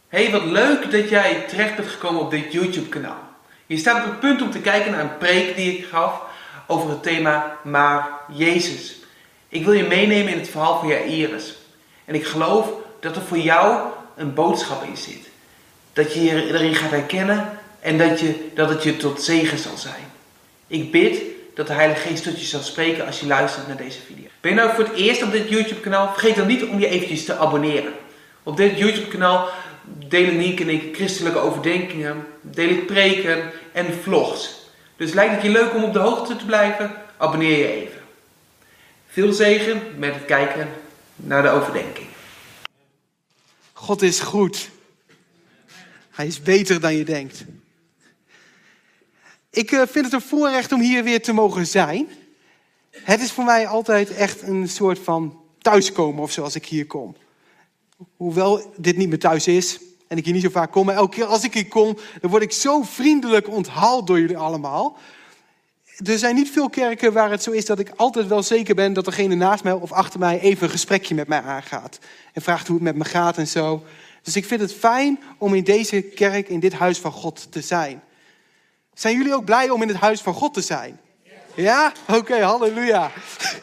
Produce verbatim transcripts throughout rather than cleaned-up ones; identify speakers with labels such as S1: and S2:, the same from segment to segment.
S1: Hey, wat leuk dat jij terecht bent gekomen op dit YouTube-kanaal. Je staat op het punt om te kijken naar een preek die ik gaf over het thema Maar Jezus. Ik wil je meenemen in het verhaal van Jairus. En ik geloof dat er voor jou een boodschap in zit. Dat je je erin gaat herkennen en dat, je, dat het je tot zegen zal zijn. Ik bid dat de Heilige Geest tot je zal spreken als je luistert naar deze video. Ben je nou voor het eerst op dit YouTube-kanaal? Vergeet dan niet om je eventjes te abonneren. Op dit YouTube-kanaal delen Niek en ik christelijke overdenkingen, deel ik preken en vlogs. Dus lijkt het je leuk om op de hoogte te blijven? Abonneer je even. Veel zegen met het kijken naar de overdenking.
S2: God is goed. Hij is beter dan je denkt. Ik uh, vind het een voorrecht om hier weer te mogen zijn. Het is voor mij altijd echt een soort van thuiskomen of zo als ik hier kom. Hoewel dit niet meer thuis is en ik hier niet zo vaak kom. Maar elke keer als ik hier kom, dan word ik zo vriendelijk onthaald door jullie allemaal. Er zijn niet veel kerken waar het zo is dat ik altijd wel zeker ben dat degene naast mij of achter mij even een gesprekje met mij aangaat. En vraagt hoe het met me gaat en zo. Dus ik vind het fijn om in deze kerk, in dit huis van God te zijn. Zijn jullie ook blij om in het huis van God te zijn? Ja? Oké, okay, halleluja.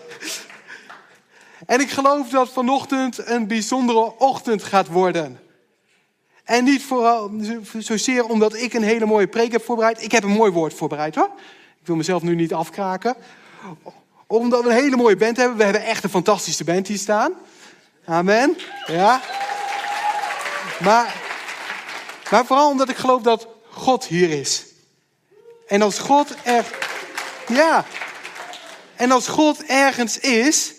S2: En ik geloof dat vanochtend een bijzondere ochtend gaat worden. En niet vooral zozeer omdat ik een hele mooie preek heb voorbereid. Ik heb een mooi woord voorbereid hoor. Ik wil mezelf nu niet afkraken. Omdat we een hele mooie band hebben. We hebben echt een fantastische band hier staan. Amen. Ja. Maar, maar vooral omdat ik geloof dat God hier is. En als God er... Ja. En als God ergens is...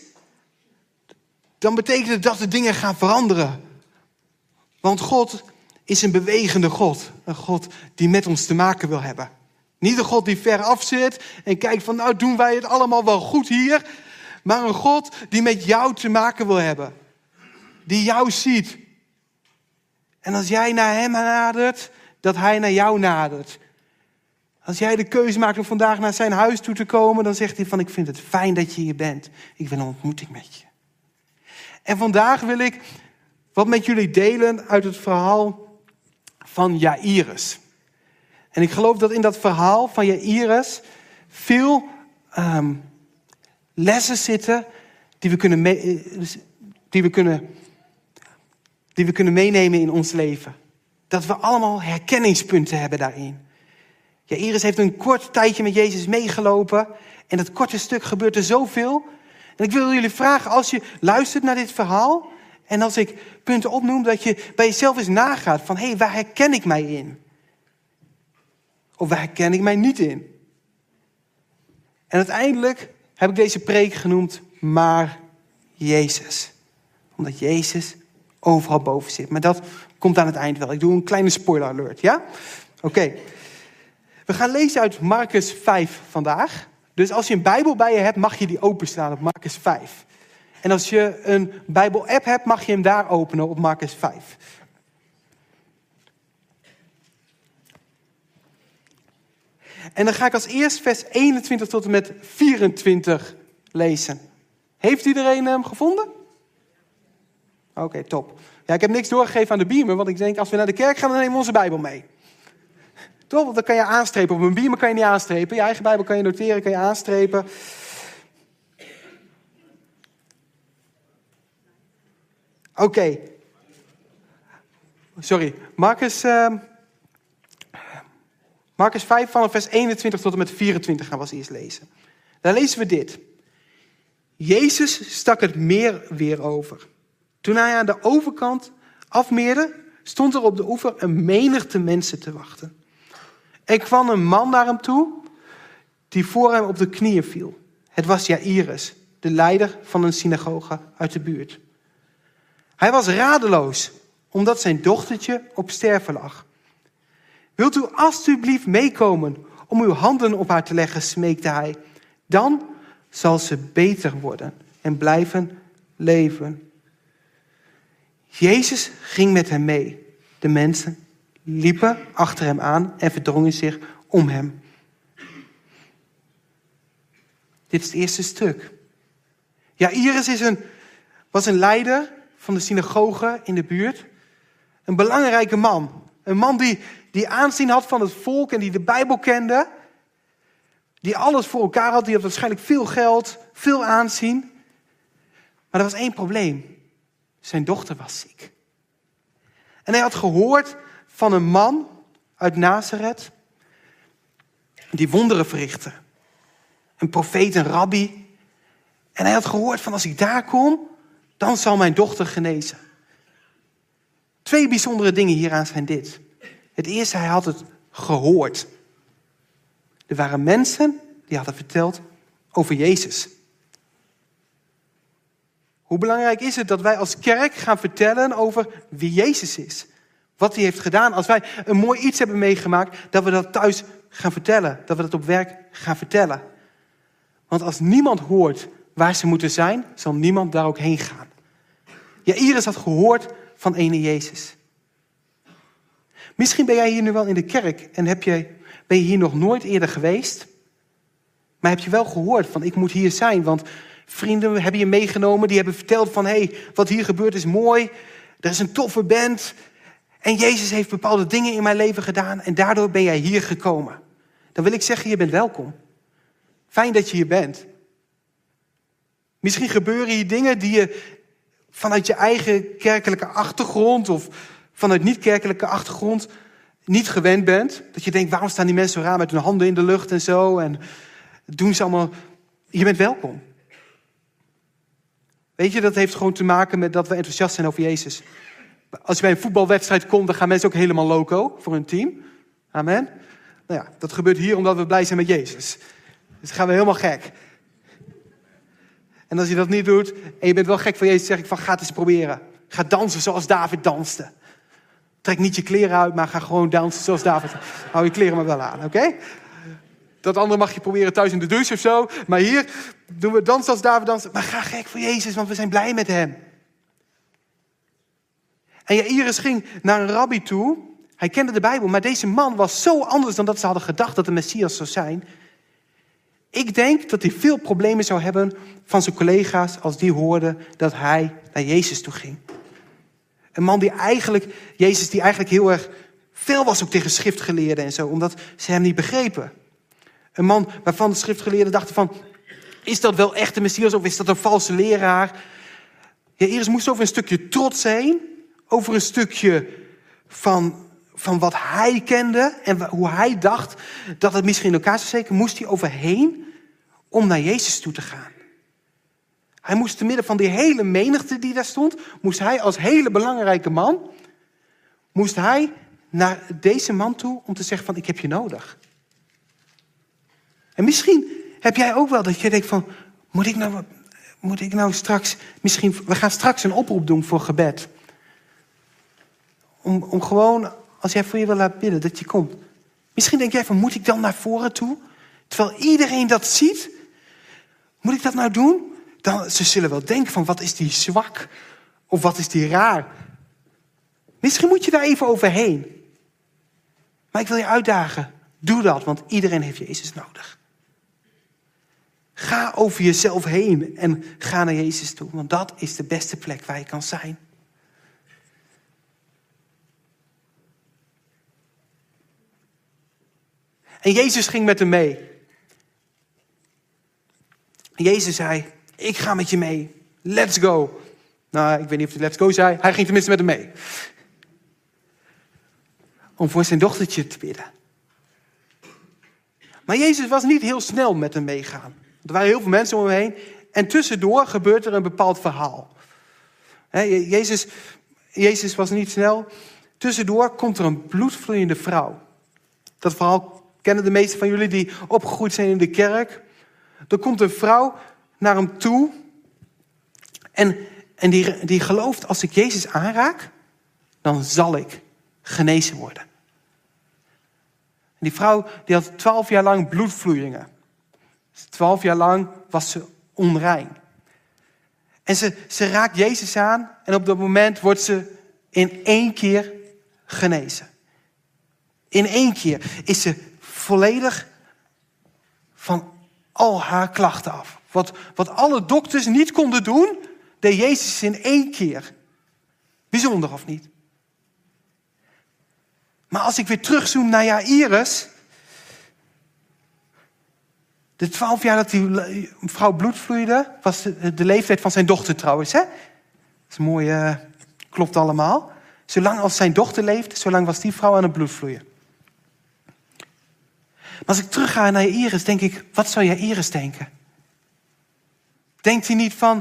S2: dan betekent het dat de dingen gaan veranderen. Want God is een bewegende God. Een God die met ons te maken wil hebben. Niet een God die ver af zit en kijkt van nou doen wij het allemaal wel goed hier. Maar een God die met jou te maken wil hebben. Die jou ziet. En als jij naar hem nadert, dat hij naar jou nadert. Als jij de keuze maakt om vandaag naar zijn huis toe te komen, dan zegt hij van ik vind het fijn dat je hier bent. Ik wil een ontmoeting met je. En vandaag wil ik wat met jullie delen uit het verhaal van Jairus. En ik geloof dat in dat verhaal van Jairus veel um, lessen zitten die we, kunnen mee, die, we kunnen, die we kunnen meenemen in ons leven. Dat we allemaal herkenningspunten hebben daarin. Jairus heeft een kort tijdje met Jezus meegelopen. En dat korte stuk gebeurt er zoveel. En ik wil jullie vragen, als je luistert naar dit verhaal... en als ik punten opnoem, dat je bij jezelf eens nagaat van... hé, hey, waar herken ik mij in? Of waar herken ik mij niet in? En uiteindelijk heb ik deze preek genoemd, Maar Jezus. Omdat Jezus overal boven zit. Maar dat komt aan het eind wel. Ik doe een kleine spoiler alert, ja? Oké. Okay. We gaan lezen uit Marcus vijf vandaag. Dus als je een Bijbel bij je hebt, mag je die openstaan op Marcus vijf. En als je een Bijbel-app hebt, mag je hem daar openen op Marcus vijf. En dan ga ik als eerst vers eenentwintig tot en met vierentwintig lezen. Heeft iedereen hem gevonden? Oké, okay, top. Ja, ik heb niks doorgegeven aan de beamer, want ik denk als we naar de kerk gaan, dan nemen we onze Bijbel mee. Toch? Want dan kan je aanstrepen. Op een beamer kan je niet aanstrepen. Je eigen Bijbel kan je noteren, kan je aanstrepen. Oké. Okay. Sorry. Marcus, uh, Marcus vijf vanaf vers eenentwintig tot en met vierentwintig gaan we als eerst lezen. Daar lezen we dit. Jezus stak het meer weer over. Toen hij aan de overkant afmeerde, stond er op de oever een menigte mensen te wachten. Er kwam een man naar hem toe, die voor hem op de knieën viel. Het was Jairus, de leider van een synagoge uit de buurt. Hij was radeloos, omdat zijn dochtertje op sterven lag. Wilt u alstublieft meekomen om uw handen op haar te leggen, smeekte hij. Dan zal ze beter worden en blijven leven. Jezus ging met hem mee. De mensen liepen achter hem aan en verdrongen zich om hem. Dit is het eerste stuk. Jairus is een, was een leider van de synagoge in de buurt. Een belangrijke man. Een man die, die aanzien had van het volk en die de Bijbel kende. Die alles voor elkaar had. Die had waarschijnlijk veel geld, veel aanzien. Maar er was één probleem. Zijn dochter was ziek. En hij had gehoord van een man uit Nazareth die wonderen verrichtte. Een profeet, een rabbi. En hij had gehoord van als ik daar kom, dan zal mijn dochter genezen. Twee bijzondere dingen hieraan zijn dit. Het eerste, hij had het gehoord. Er waren mensen die hadden verteld over Jezus. Hoe belangrijk is het dat wij als kerk gaan vertellen over wie Jezus is? Wat hij heeft gedaan. Als wij een mooi iets hebben meegemaakt, dat we dat thuis gaan vertellen. Dat we dat op werk gaan vertellen. Want als niemand hoort waar ze moeten zijn, zal niemand daar ook heen gaan. Jairus had gehoord van ene Jezus. Misschien ben jij hier nu wel in de kerk en heb je, ben je hier nog nooit eerder geweest. Maar heb je wel gehoord van ik moet hier zijn, want vrienden hebben je meegenomen, die hebben verteld van hé, hey, wat hier gebeurt is mooi. Er is een toffe band. En Jezus heeft bepaalde dingen in mijn leven gedaan en daardoor ben jij hier gekomen. Dan wil ik zeggen, je bent welkom. Fijn dat je hier bent. Misschien gebeuren hier dingen die je vanuit je eigen kerkelijke achtergrond of vanuit niet-kerkelijke achtergrond niet gewend bent. Dat je denkt, waarom staan die mensen zo raar met hun handen in de lucht en zo? En doen ze allemaal. Je bent welkom. Weet je, dat heeft gewoon te maken met dat we enthousiast zijn over Jezus. Als je bij een voetbalwedstrijd komt, dan gaan mensen ook helemaal loco voor hun team. Amen. Nou ja, dat gebeurt hier omdat we blij zijn met Jezus. Dus dan gaan we helemaal gek. En als je dat niet doet en je bent wel gek van Jezus, zeg ik van ga het eens proberen. Ga dansen zoals David danste. Trek niet je kleren uit, maar ga gewoon dansen zoals David. Hou je kleren maar wel aan, oké? Okay? Dat andere mag je proberen thuis in de douche of zo. Maar hier doen we dansen als David dansen. Maar ga gek voor Jezus, want we zijn blij met hem. En Jairus ging naar een rabbi toe. Hij kende de Bijbel, maar deze man was zo anders dan dat ze hadden gedacht dat de Messias zou zijn. Ik denk dat hij veel problemen zou hebben van zijn collega's als die hoorden dat hij naar Jezus toe ging. Een man die eigenlijk, Jezus die eigenlijk heel erg veel was ook tegen schriftgeleerden en zo, omdat ze hem niet begrepen. Een man waarvan de schriftgeleerden dachten van, is dat wel echt de Messias of is dat een valse leraar? Jairus moest over een stukje trots heen, over een stukje van, van wat hij kende en hoe hij dacht dat het misschien in elkaar zou steken, moest hij overheen om naar Jezus toe te gaan. Hij moest te midden van die hele menigte die daar stond, moest hij als hele belangrijke man, moest hij naar deze man toe om te zeggen van ik heb je nodig. En misschien heb jij ook wel dat je denkt van, moet ik nou, moet ik nou straks, misschien, we gaan straks een oproep doen voor gebed. Om, om gewoon, als jij voor je wil laten bidden, dat je komt. Misschien denk jij van, moet ik dan naar voren toe? Terwijl iedereen dat ziet, moet ik dat nou doen? Dan, ze zullen wel denken van, wat is die zwak? Of wat is die raar? Misschien moet je daar even overheen. Maar ik wil je uitdagen, doe dat, want iedereen heeft Jezus nodig. Ga over jezelf heen en ga naar Jezus toe, want dat is de beste plek waar je kan zijn. En Jezus ging met hem mee. Jezus zei, ik ga met je mee. Let's go. Nou, ik weet niet of hij let's go zei. Hij ging tenminste met hem mee. Om voor zijn dochtertje te bidden. Maar Jezus was niet heel snel met hem meegaan. Er waren heel veel mensen om hem heen. En tussendoor gebeurt er een bepaald verhaal. He, Jezus, Jezus was niet snel. Tussendoor komt er een bloedvloeiende vrouw. Dat verhaal kennen de meesten van jullie die opgegroeid zijn in de kerk. Er komt een vrouw naar hem toe. En, en die, die gelooft, als ik Jezus aanraak, dan zal ik genezen worden. En die vrouw die had twaalf jaar lang bloedvloeien. Twaalf jaar lang was ze onrein. En ze, ze raakt Jezus aan en op dat moment wordt ze in één keer genezen. In één keer is ze volledig van al haar klachten af. Wat, wat alle dokters niet konden doen, deed Jezus in één keer. Bijzonder of niet? Maar als ik weer terugzoom naar Jairus, de twaalf jaar dat die vrouw bloed vloeide, was de, de leeftijd van zijn dochter trouwens. Hè? Dat is mooi, uh, klopt allemaal. Zolang als zijn dochter leefde, zolang was die vrouw aan het bloed vloeien. Maar als ik terugga naar Jairus, denk ik, wat zou Jairus denken? Denkt hij niet van,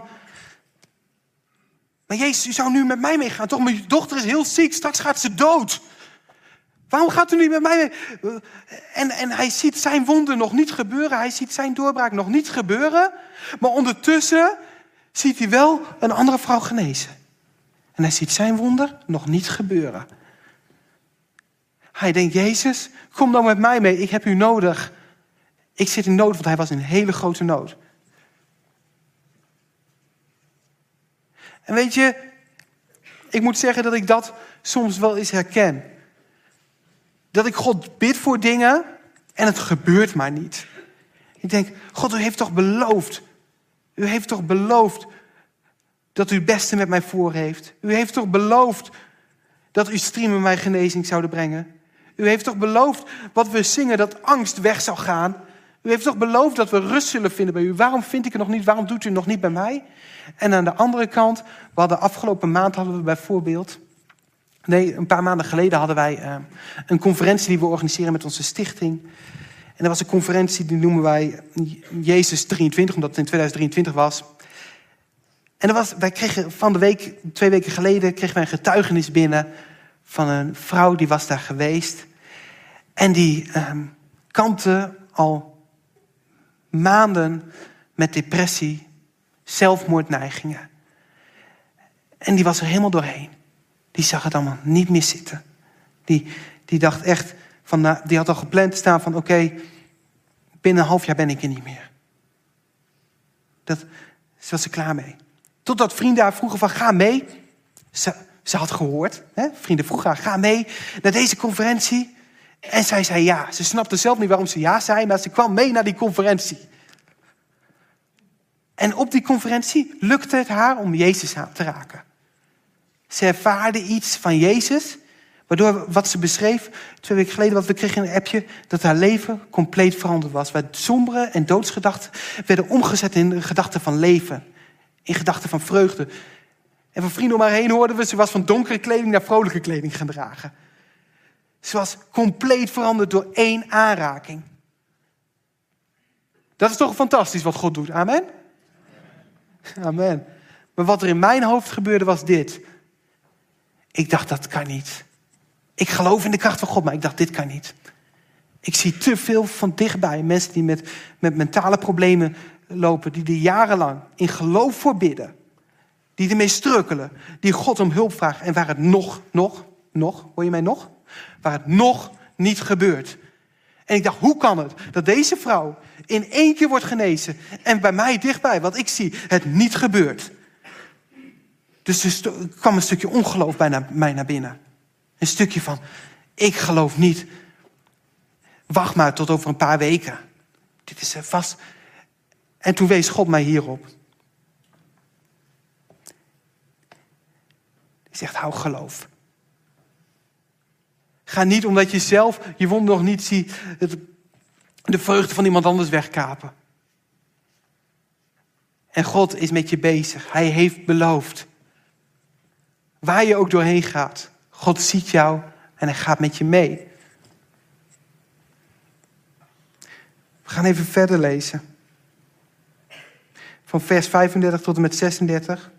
S2: maar Jezus, u zou nu met mij meegaan. Toch, mijn dochter is heel ziek, straks gaat ze dood. Waarom gaat u niet met mij mee? En, en hij ziet zijn wonder nog niet gebeuren. Hij ziet zijn doorbraak nog niet gebeuren. Maar ondertussen ziet hij wel een andere vrouw genezen. En hij ziet zijn wonder nog niet gebeuren. Hij denkt, Jezus, kom dan met mij mee. Ik heb u nodig. Ik zit in nood, want hij was in een hele grote nood. En weet je, ik moet zeggen dat ik dat soms wel eens herken. Dat ik God bid voor dingen en het gebeurt maar niet. Ik denk, God, u heeft toch beloofd. U heeft toch beloofd dat u het beste met mij voor heeft. U heeft toch beloofd dat uw streamen mij genezing zouden brengen. U heeft toch beloofd wat we zingen, dat angst weg zou gaan. U heeft toch beloofd dat we rust zullen vinden bij u. Waarom vind ik het nog niet? Waarom doet u het nog niet bij mij? En aan de andere kant, we hadden afgelopen maand hadden we bijvoorbeeld... Nee, een paar maanden geleden hadden wij uh, een conferentie die we organiseren met onze stichting. En dat was een conferentie die noemen wij Jezus drieëntwintig, omdat het in tweeduizend drieëntwintig was. En dat was, wij kregen van de week, twee weken geleden, kregen wij een getuigenis binnen van een vrouw die was daar geweest. En die um, kampte al maanden met depressie, zelfmoordneigingen. En die was er helemaal doorheen. Die zag het allemaal niet meer zitten. Die, die dacht echt, van, nou, die had al gepland te staan van oké, okay, binnen een half jaar ben ik er niet meer. Dat, ze was er klaar mee. Totdat vrienden haar vroegen van ga mee. Ze, ze had gehoord, hè? Vrienden vroegen haar ga mee naar deze conferentie. En zij zei ja. Ze snapte zelf niet waarom ze ja zei, maar ze kwam mee naar die conferentie. En op die conferentie lukte het haar om Jezus aan te raken. Ze ervaarde iets van Jezus, waardoor wat ze beschreef twee weken geleden, wat we kregen in een appje, dat haar leven compleet veranderd was. Waar sombere en doodsgedachten werden omgezet in gedachten van leven, in gedachten van vreugde. En van vrienden om haar heen hoorden we, ze was van donkere kleding naar vrolijke kleding gaan dragen. Ze was compleet veranderd door één aanraking. Dat is toch fantastisch wat God doet, amen? Amen. Maar wat er in mijn hoofd gebeurde was dit. Ik dacht, dat kan niet. Ik geloof in de kracht van God, maar ik dacht, dit kan niet. Ik zie te veel van dichtbij mensen die met, met mentale problemen lopen, die er jarenlang in geloof voor bidden, die ermee strukkelen, die God om hulp vragen en waar het nog, nog, nog, hoor je mij nog? Waar het nog niet gebeurt. En ik dacht, hoe kan het dat deze vrouw in één keer wordt genezen en bij mij dichtbij, wat ik zie, het niet gebeurt. Dus er kwam een stukje ongeloof bij mij naar binnen. Een stukje van, ik geloof niet. Wacht maar tot over een paar weken. Dit is vast. En toen wees God mij hierop. Hij zegt, hou geloof. Ga niet omdat je zelf je wond nog niet ziet, het, de vreugde van iemand anders wegkapen. En God is met je bezig. Hij heeft beloofd. Waar je ook doorheen gaat. God ziet jou en hij gaat met je mee. We gaan even verder lezen. Van vers vijfendertig tot en met zesendertig.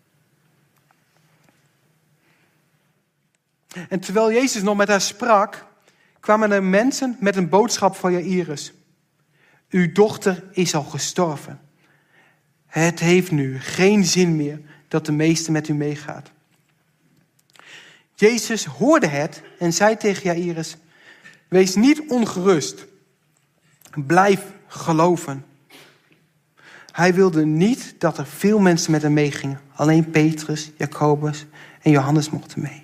S2: En terwijl Jezus nog met haar sprak, kwamen er mensen met een boodschap van Jairus. Uw dochter is al gestorven. Het heeft nu geen zin meer dat de meester met u meegaat. Jezus hoorde het en zei tegen Jairus, wees niet ongerust. Blijf geloven. Hij wilde niet dat er veel mensen met hem meegingen. Alleen Petrus, Jacobus en Johannes mochten mee.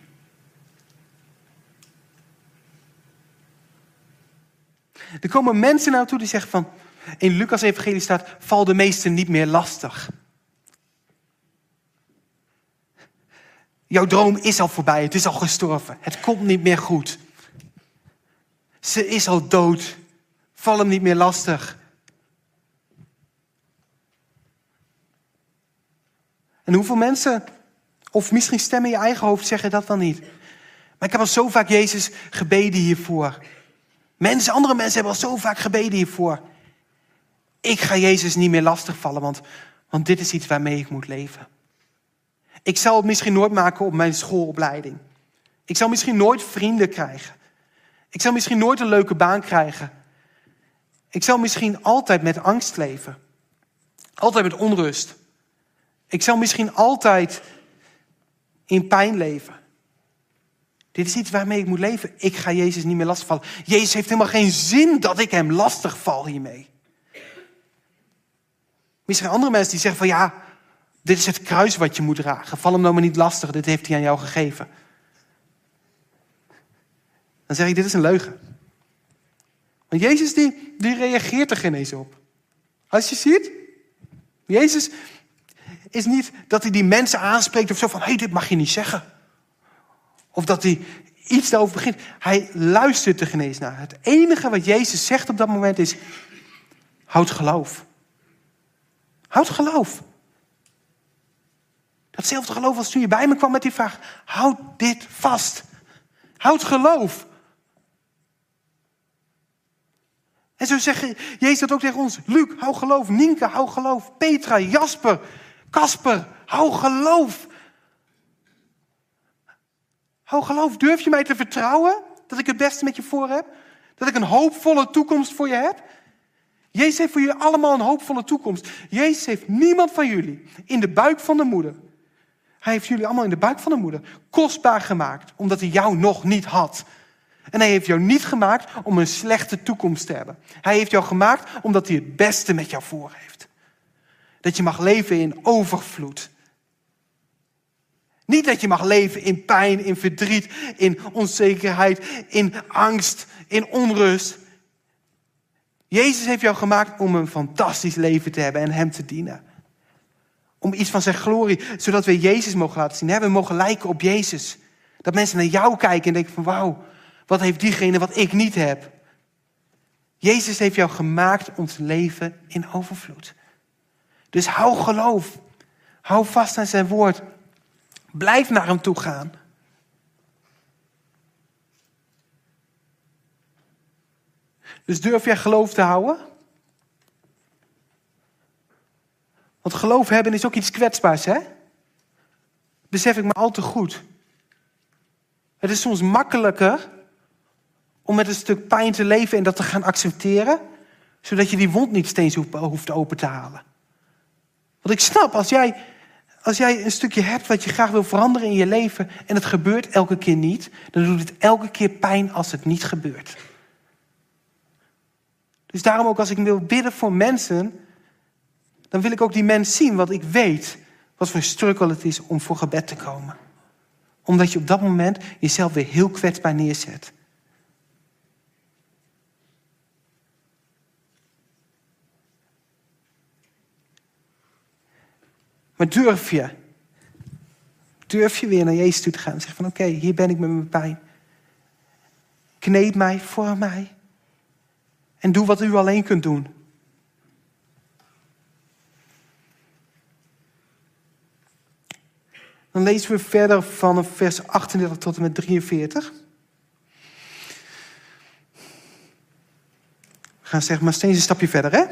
S2: Er komen mensen naartoe die zeggen van, in Lucas evangelie staat, val de meester niet meer lastig. Jouw droom is al voorbij, het is al gestorven. Het komt niet meer goed. Ze is al dood. Val hem niet meer lastig. En hoeveel mensen, of misschien stemmen in je eigen hoofd, zeggen dat dan niet. Maar ik heb al zo vaak Jezus gebeden hiervoor. Mensen, andere mensen hebben al zo vaak gebeden hiervoor. Ik ga Jezus niet meer lastigvallen, want, want dit is iets waarmee ik moet leven. Ik zal het misschien nooit maken op mijn schoolopleiding. Ik zal misschien nooit vrienden krijgen. Ik zal misschien nooit een leuke baan krijgen. Ik zal misschien altijd met angst leven. Altijd met onrust. Ik zal misschien altijd in pijn leven. Dit is iets waarmee ik moet leven. Ik ga Jezus niet meer lastigvallen. Jezus heeft helemaal geen zin dat ik hem lastigval hiermee. Misschien andere mensen die zeggen van ja, dit is het kruis wat je moet dragen. Val hem nou maar niet lastig, dit heeft hij aan jou gegeven. Dan zeg ik, dit is een leugen. Want Jezus die, die reageert er geen eens op. Als je ziet, Jezus is niet dat hij die mensen aanspreekt of zo van, hé, hey, dit mag je niet zeggen. Of dat hij iets daarover begint. Hij luistert er geen eens naar. Het enige wat Jezus zegt op dat moment is, houd geloof. Houd geloof. Datzelfde geloof als toen je bij me kwam met die vraag, houd dit vast. Houd geloof. En zo zegt Jezus dat ook tegen ons. Luc, hou geloof. Nienke, hou geloof. Petra, Jasper, Kasper, hou geloof. Hou geloof. Durf je mij te vertrouwen dat ik het beste met je voor heb? Dat ik een hoopvolle toekomst voor je heb? Jezus heeft voor jullie allemaal een hoopvolle toekomst. Jezus heeft niemand van jullie in de buik van de moeder. Hij heeft jullie allemaal in de buik van de moeder kostbaar gemaakt, omdat hij jou nog niet had. En hij heeft jou niet gemaakt om een slechte toekomst te hebben. Hij heeft jou gemaakt omdat hij het beste met jou voor heeft. Dat je mag leven in overvloed. Niet dat je mag leven in pijn, in verdriet, in onzekerheid, in angst, in onrust. Jezus heeft jou gemaakt om een fantastisch leven te hebben en hem te dienen. Om iets van zijn glorie, zodat we Jezus mogen laten zien. We mogen lijken op Jezus. Dat mensen naar jou kijken en denken van wauw, wat heeft diegene wat ik niet heb? Jezus heeft jou gemaakt om te leven in overvloed. Dus hou geloof. Hou vast aan zijn woord. Blijf naar hem toe gaan. Dus durf jij geloof te houden? Want geloof hebben is ook iets kwetsbaars, hè? Besef ik me al te goed. Het is soms makkelijker om met een stuk pijn te leven en dat te gaan accepteren, zodat je die wond niet steeds hoeft open te halen. Want ik snap, als jij, als jij een stukje hebt wat je graag wil veranderen in je leven en het gebeurt elke keer niet, dan doet het elke keer pijn als het niet gebeurt. Dus daarom ook als ik wil bidden voor mensen, dan wil ik ook die mens zien, want ik weet wat voor een struggle het is om voor gebed te komen. Omdat je op dat moment jezelf weer heel kwetsbaar neerzet. Maar durf je, durf je weer naar Jezus toe te gaan en zeggen van oké, okay, hier ben ik met mijn pijn. Kneed mij, vorm mij. En doe wat u alleen kunt doen. Dan lezen we verder van vers achtendertig tot en met drieënveertig. We gaan zeg maar steeds een stapje verder, hè?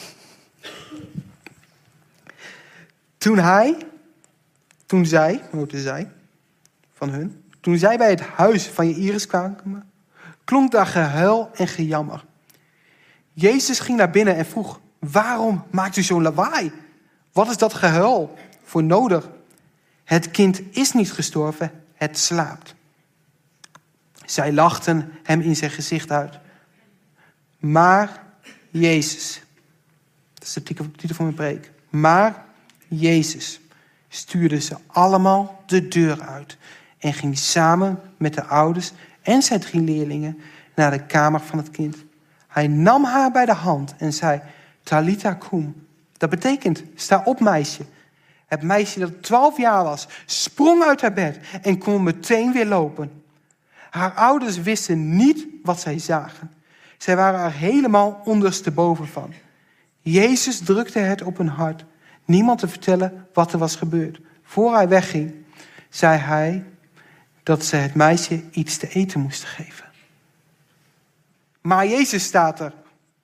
S2: Toen hij, toen zij, hoe is zij, van hun, toen zij bij het huis van Jaïrus kwamen, klonk daar gehuil en gejammer. Jezus ging naar binnen en vroeg, waarom maakt u zo'n lawaai? Wat is dat gehuil voor nodig? Het kind is niet gestorven, het slaapt. Zij lachten hem in zijn gezicht uit. Maar Jezus, dat is de titel van mijn preek. Maar Jezus stuurde ze allemaal de deur uit en ging samen met de ouders en zijn drie leerlingen naar de kamer van het kind. Hij nam haar bij de hand en zei, Talitha kum. Dat betekent, sta op meisje. Het meisje dat twaalf jaar was, sprong uit haar bed en kon meteen weer lopen. Haar ouders wisten niet wat zij zagen. Zij waren er helemaal ondersteboven van. Jezus drukte het op hun hart niemand te vertellen wat er was gebeurd. Voor hij wegging, zei hij dat ze het meisje iets te eten moesten geven. Maar Jezus staat er.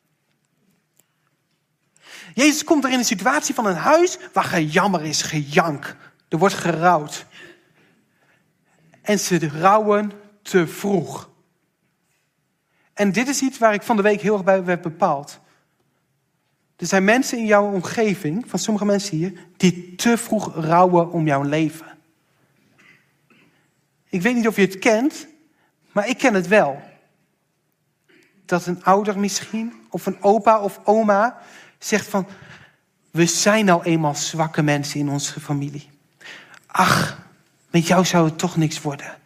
S2: Jezus komt er in een situatie van een huis waar gejammer is, gejank. Er wordt gerouwd. En ze rouwen te vroeg. En dit is iets waar ik van de week heel erg bij werd bepaald. Er zijn mensen in jouw omgeving, van sommige mensen hier, die te vroeg rouwen om jouw leven. Ik weet niet of je het kent, maar ik ken het wel. Dat een ouder misschien, of een opa of oma, zegt van, we zijn nou eenmaal zwakke mensen in onze familie. Ach, met jou zou het toch niks worden.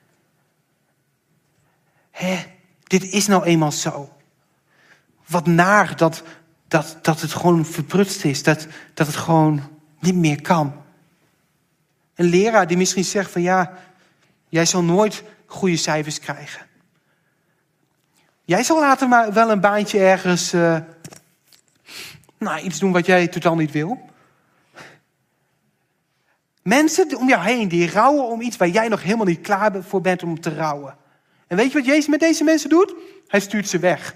S2: Hé, dit is nou eenmaal zo. Wat naar dat, dat, dat het gewoon verprutst is. Dat, dat het gewoon niet meer kan. Een leraar die misschien zegt van ja, jij zal nooit goede cijfers krijgen. Jij zal later maar wel een baantje ergens, uh, nou, iets doen wat jij totaal niet wil. Mensen om jou heen die rouwen om iets waar jij nog helemaal niet klaar voor bent om te rouwen. En weet je wat Jezus met deze mensen doet? Hij stuurt ze weg.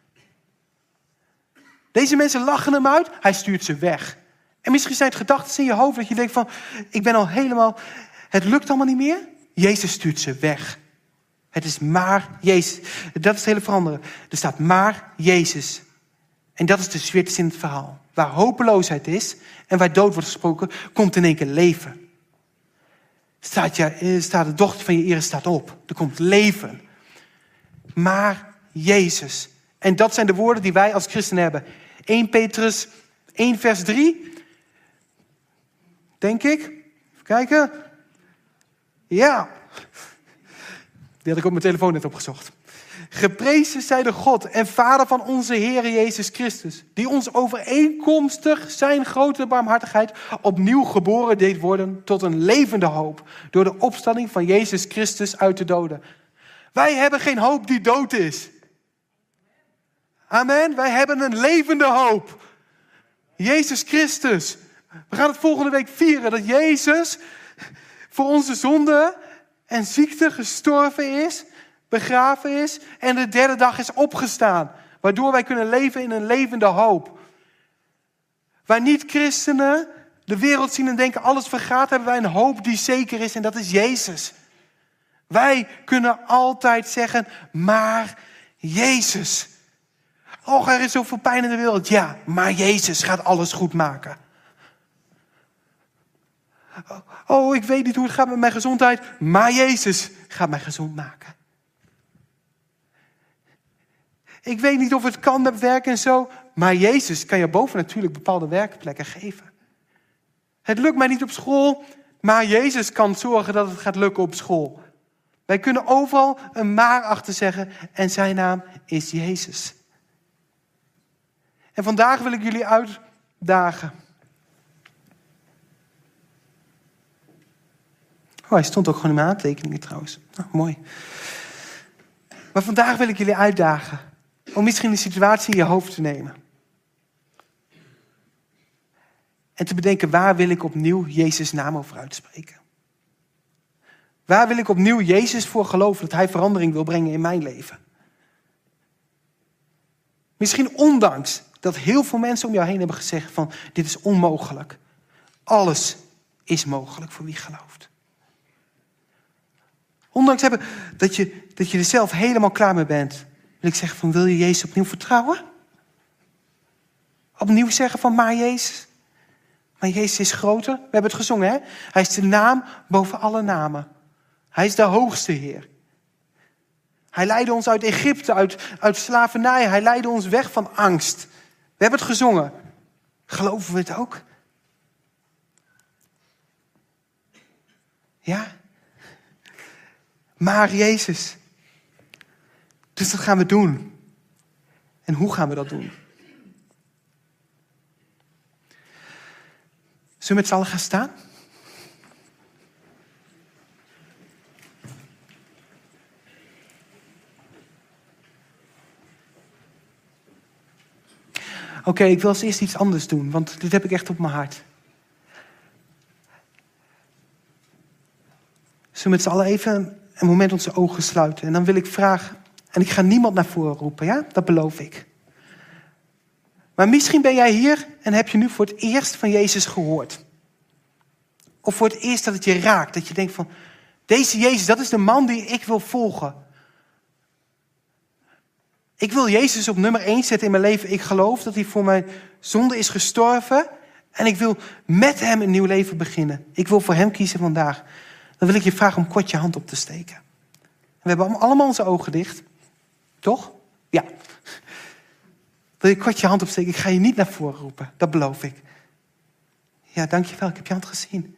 S2: Deze mensen lachen hem uit, hij stuurt ze weg. En misschien zijn het gedachten in je hoofd dat je denkt van, ik ben al helemaal, het lukt allemaal niet meer. Jezus stuurt ze weg. Het is maar Jezus. Dat is het hele veranderen. Er staat maar Jezus. En dat is de switch in het verhaal. Waar hopeloosheid is en waar dood wordt gesproken, komt in één keer leven. Staat, je, staat de dochter van je Iris staat op. Er komt leven. Maar Jezus. En dat zijn de woorden die wij als christenen hebben. Eerste Petrus één vers drie. Denk ik. Even kijken. Ja. Die had ik op mijn telefoon net opgezocht. Geprezen zij de God en Vader van onze Heer Jezus Christus, die ons overeenkomstig zijn grote barmhartigheid opnieuw geboren deed worden tot een levende hoop door de opstanding van Jezus Christus uit de doden. Wij hebben geen hoop die dood is. Amen. Wij hebben een levende hoop. Jezus Christus. We gaan het volgende week vieren dat Jezus voor onze zonde en ziekte gestorven is, begraven is en de derde dag is opgestaan. Waardoor wij kunnen leven in een levende hoop. Waar niet-christenen de wereld zien en denken alles vergaat, hebben wij een hoop die zeker is en dat is Jezus. Wij kunnen altijd zeggen, maar Jezus. Oh, er is zoveel pijn in de wereld. Ja, maar Jezus gaat alles goed maken. Oh, ik weet niet hoe het gaat met mijn gezondheid, maar Jezus gaat mij gezond maken. Ik weet niet of het kan met werken en zo, maar Jezus kan je boven natuurlijk bepaalde werkplekken geven. Het lukt mij niet op school, maar Jezus kan zorgen dat het gaat lukken op school. Wij kunnen overal een maar achter zeggen en zijn naam is Jezus. En vandaag wil ik jullie uitdagen. Oh, hij stond ook gewoon in mijn aantekeningen trouwens. Nou, mooi. Maar vandaag wil ik jullie uitdagen om misschien een situatie in je hoofd te nemen. En te bedenken, waar wil ik opnieuw Jezus' naam over uitspreken? Waar wil ik opnieuw Jezus voor geloven dat hij verandering wil brengen in mijn leven? Misschien ondanks dat heel veel mensen om jou heen hebben gezegd van, dit is onmogelijk. Alles is mogelijk voor wie gelooft. Ondanks hebben dat je, dat je er zelf helemaal klaar mee bent, wil ik zeggen van, wil je Jezus opnieuw vertrouwen? Opnieuw zeggen van, maar Jezus. Maar Jezus is groter. We hebben het gezongen, hè? Hij is de naam boven alle namen. Hij is de hoogste Heer. Hij leidde ons uit Egypte, uit, uit slavernij. Hij leidde ons weg van angst. We hebben het gezongen. Geloven we het ook? Ja? Maar Jezus. Dus dat gaan we doen. En hoe gaan we dat doen? Zullen we met z'n allen gaan staan? Oké, okay, ik wil als eerst iets anders doen, want dit heb ik echt op mijn hart. Zullen we met z'n allen even een moment onze ogen sluiten. En dan wil ik vragen, en ik ga niemand naar voren roepen, ja? Dat beloof ik. Maar misschien ben jij hier en heb je nu voor het eerst van Jezus gehoord. Of voor het eerst dat het je raakt. Dat je denkt van, deze Jezus, dat is de man die ik wil volgen. Ik wil Jezus op nummer één zetten in mijn leven. Ik geloof dat hij voor mijn zonde is gestorven. En ik wil met hem een nieuw leven beginnen. Ik wil voor hem kiezen vandaag. Dan wil ik je vragen om kort je hand op te steken. We hebben allemaal onze ogen dicht. Toch? Ja. Wil je kort je hand opsteken? Ik ga je niet naar voren roepen. Dat beloof ik. Ja, dankjewel. Ik heb je hand gezien.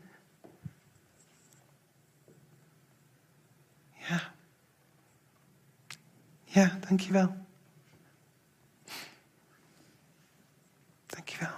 S2: Ja. Ja, dankjewel. Dankjewel.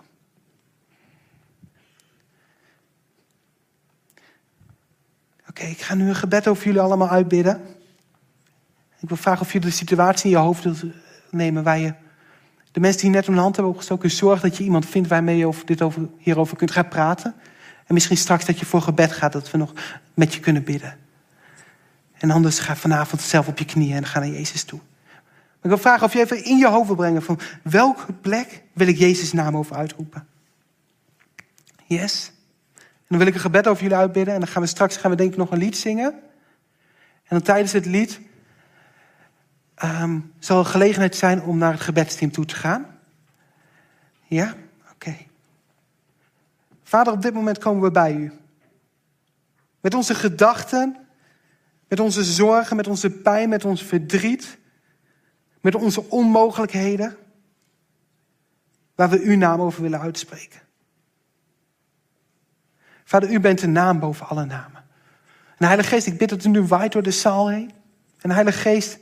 S2: Oké, okay, ik ga nu een gebed over jullie allemaal uitbidden. Ik wil vragen of jullie de situatie in je hoofd wilt nemen waar je... De mensen die net hun hand hebben opgestoken, zorg dat je iemand vindt waarmee je over dit over, hierover kunt gaan praten. En misschien straks dat je voor gebed gaat, dat we nog met je kunnen bidden. En anders ga vanavond zelf op je knieën en ga naar Jezus toe. Maar ik wil vragen of je even in je hoofd wil brengen van welke plek wil ik Jezus' naam over uitroepen. Yes. En dan wil ik een gebed over jullie uitbidden. En dan gaan we straks gaan we denk ik nog een lied zingen. En dan tijdens het lied um, zal er gelegenheid zijn om naar het gebedsteam toe te gaan. Ja? Oké. Okay. Vader, op dit moment komen we bij u. Met onze gedachten, met onze zorgen, met onze pijn, met ons verdriet, met onze onmogelijkheden, waar we uw naam over willen uitspreken. Vader, u bent de naam boven alle namen. En Heilige Geest, ik bid dat u nu waait door de zaal heen. En Heilige Geest,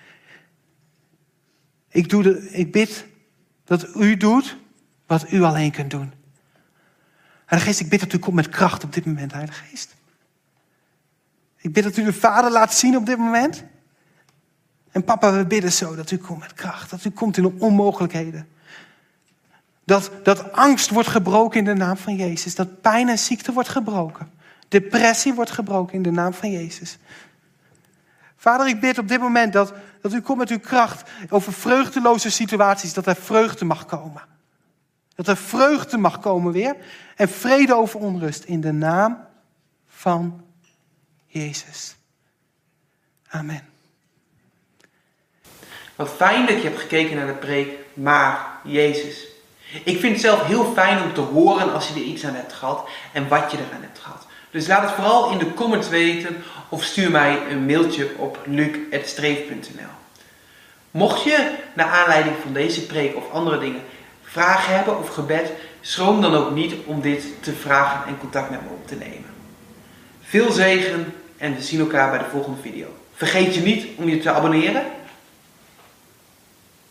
S2: ik, doe de, ik bid dat u doet wat u alleen kunt doen. Heilige Geest, ik bid dat u komt met kracht op dit moment, Heilige Geest. Ik bid dat u de Vader laat zien op dit moment. En papa, we bidden zo dat u komt met kracht. Dat u komt in de onmogelijkheden. Dat, dat angst wordt gebroken in de naam van Jezus. Dat pijn en ziekte wordt gebroken. Depressie wordt gebroken in de naam van Jezus. Vader, ik bid op dit moment dat, dat u komt met uw kracht over vreugdeloze situaties. Dat er vreugde mag komen. Dat er vreugde mag komen weer. En vrede over onrust in de naam van Jezus. Amen.
S1: Wat fijn dat je hebt gekeken naar de preek, maar Jezus. Ik vind het zelf heel fijn om te horen als je er iets aan hebt gehad en wat je eraan hebt gehad. Dus laat het vooral in de comments weten of stuur mij een mailtje op luc at streef punt n l. Mocht je naar aanleiding van deze preek of andere dingen vragen hebben of gebed, schroom dan ook niet om dit te vragen en contact met me op te nemen. Veel zegen en we zien elkaar bij de volgende video. Vergeet je niet om je te abonneren